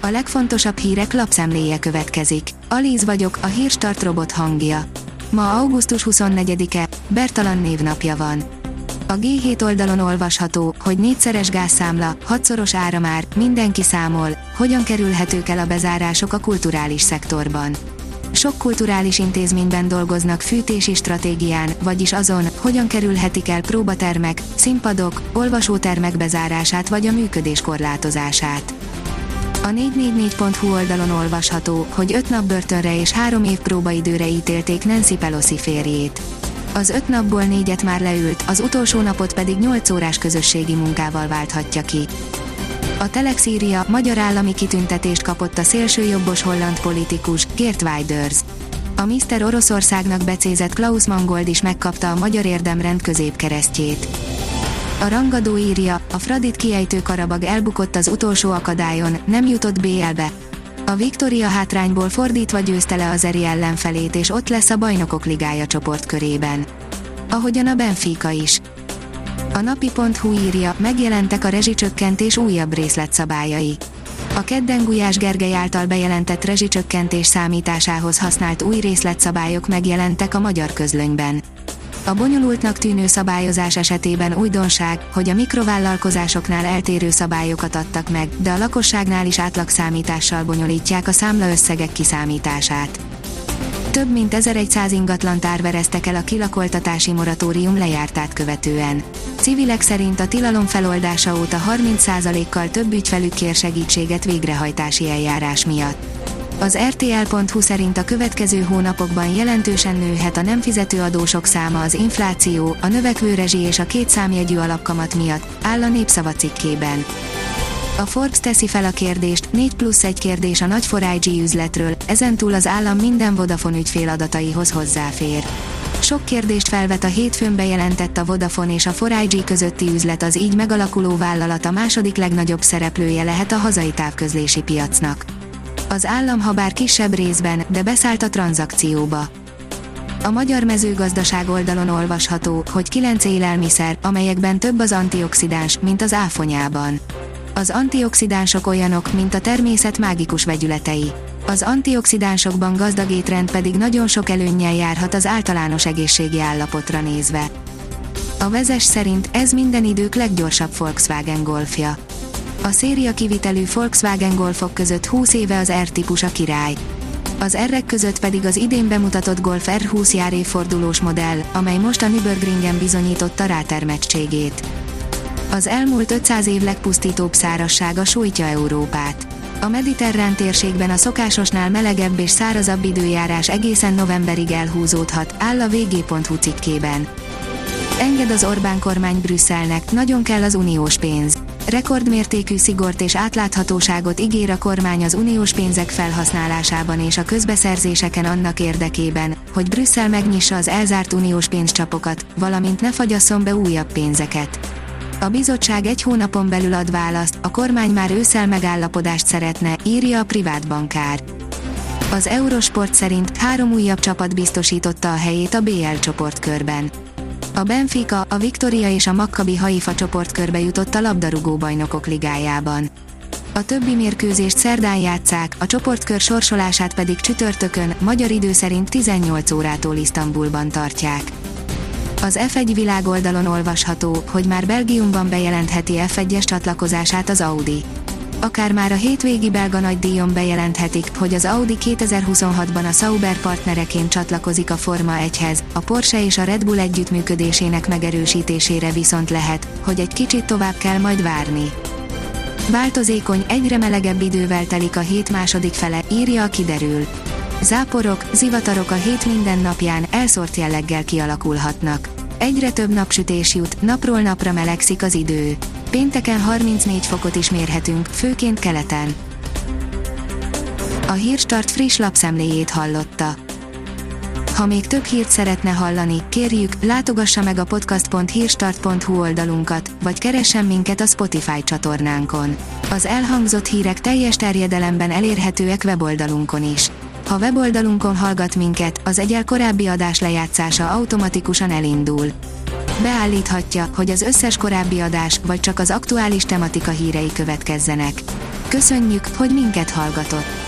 A legfontosabb hírek lapszemléje következik. Alíz vagyok, a Hírstart robot hangja. Ma augusztus 24-e, Bertalan névnapja van. A G7 oldalon olvasható, hogy 4-szeres gázszámla, 6-szoros áramár, mindenki számol, hogyan kerülhetők el a bezárások a kulturális szektorban. Sok kulturális intézményben dolgoznak fűtési stratégián, vagyis azon, hogyan kerülhetik el próbatermek, színpadok, olvasótermek bezárását vagy a működés korlátozását. A 444.hu oldalon olvasható, hogy 5 nap börtönre és 3 év próbaidőre ítélték Nancy Pelosi férjét. Az 5 napból 4-et már leült, az utolsó napot pedig 8 órás közösségi munkával válthatja ki. A Telex írja, magyar állami kitüntetést kapott a szélsőjobbos holland politikus, Geert Wilders. A Mr. Oroszországnak becézett Klaus Mangold is megkapta a Magyar Érdemrend középkeresztjét. A rangadó írja, a Fradit kiejtő Karabag elbukott az utolsó akadályon, nem jutott BL-be. A Viktória hátrányból fordítva győzte le az eri ellenfelét, és ott lesz a Bajnokok Ligája csoportkörében. Ahogyan a Benfica is. A napi.hu írja, megjelentek a rezsicsökkentés újabb részletszabályai. A kedden Gulyás Gergely által bejelentett rezsicsökkentés számításához használt új részletszabályok megjelentek a Magyar Közlönyben. A bonyolultnak tűnő szabályozás esetében újdonság, hogy a mikrovállalkozásoknál eltérő szabályokat adtak meg, de a lakosságnál is átlagszámítással bonyolítják a számlaösszegek kiszámítását. Több mint 1100 ingatlant árvereztek el a kilakoltatási moratórium lejártát követően. Civilek szerint a tilalom feloldása óta 30%-kal több ügyfelük kér segítséget végrehajtási eljárás miatt. Az RTL.hu szerint a következő hónapokban jelentősen nőhet a nem fizető adósok száma az infláció, a növekvő rezsi és a 2 számjegyű alapkamat miatt, áll a Népszava cikkében. A Forbes teszi fel a kérdést, 4+1 kérdés a nagy 4G üzletről, ezentúl az állam minden Vodafone ügyfél adataihoz hozzáfér. Sok kérdést felvet a hétfőn bejelentett a Vodafone és a 4G közötti üzlet, az így megalakuló vállalat a második legnagyobb szereplője lehet a hazai távközlési piacnak. Az állam habár kisebb részben, de beszállt a tranzakcióba. A Magyar Mezőgazdaság oldalon olvasható, hogy 9 élelmiszer, amelyekben több az antioxidáns, mint az áfonyában. Az antioxidánsok olyanok, mint a természet mágikus vegyületei. Az antioxidánsokban gazdag étrend pedig nagyon sok előnnyel járhat az általános egészségi állapotra nézve. A Vezes szerint ez minden idők leggyorsabb Volkswagen Golfja. A széria kivitelű Volkswagen Golfok között 20 éve az R-típus a király. Az R-ek között pedig az idén bemutatott Golf R20 jár évfordulós modell, amely most a Nürburgringen bizonyította rátermettségét. Az elmúlt 500 év legpusztítóbb szárazsága sújtja Európát. A mediterrán térségben a szokásosnál melegebb és szárazabb időjárás egészen novemberig elhúzódhat, áll a vg.hu cikkében. Enged az Orbán kormány Brüsszelnek, nagyon kell az uniós pénz. Rekordmértékű szigort és átláthatóságot ígér a kormány az uniós pénzek felhasználásában és a közbeszerzéseken annak érdekében, hogy Brüsszel megnyissa az elzárt uniós pénzcsapokat, valamint ne fagyasszon be újabb pénzeket. A bizottság 1 hónapon belül ad választ, a kormány már ősszel megállapodást szeretne, írja a privát bankár. Az Eurosport szerint 3 újabb csapat biztosította a helyét a BL csoportkörben. A Benfica, a Viktória és a Maccabi Haifa csoportkörbe jutott a labdarúgó bajnokok ligájában. A többi mérkőzést szerdán játsszák, a csoportkör sorsolását pedig csütörtökön, magyar idő szerint 18 órától Isztambulban tartják. Az F1 világoldalon olvasható, hogy már Belgiumban bejelentheti F1-es csatlakozását az Audi. Akár már a hétvégi belga nagydíjon bejelenthetik, hogy az Audi 2026-ban a Sauber partnereként csatlakozik a Forma 1-hez, a Porsche és a Red Bull együttműködésének megerősítésére viszont lehet, hogy egy kicsit tovább kell majd várni. Változékony, egyre melegebb idővel telik a hét második fele, írja a Kiderül. Záporok, zivatarok a hét minden napján, elszórt jelleggel kialakulhatnak. Egyre több napsütés jut, napról napra melegszik az idő. Pénteken 34 fokot is mérhetünk, főként keleten. A Hírstart friss lapszemléjét hallotta. Ha még több hírt szeretne hallani, kérjük, látogassa meg a podcast.hírstart.hu oldalunkat, vagy keressen minket a Spotify csatornánkon. Az elhangzott hírek teljes terjedelemben elérhetőek weboldalunkon is. Ha weboldalunkon hallgat minket, az egyel korábbi adás lejátszása automatikusan elindul. Beállíthatja, hogy az összes korábbi adás, vagy csak az aktuális tematika hírei következzenek. Köszönjük, hogy minket hallgatott!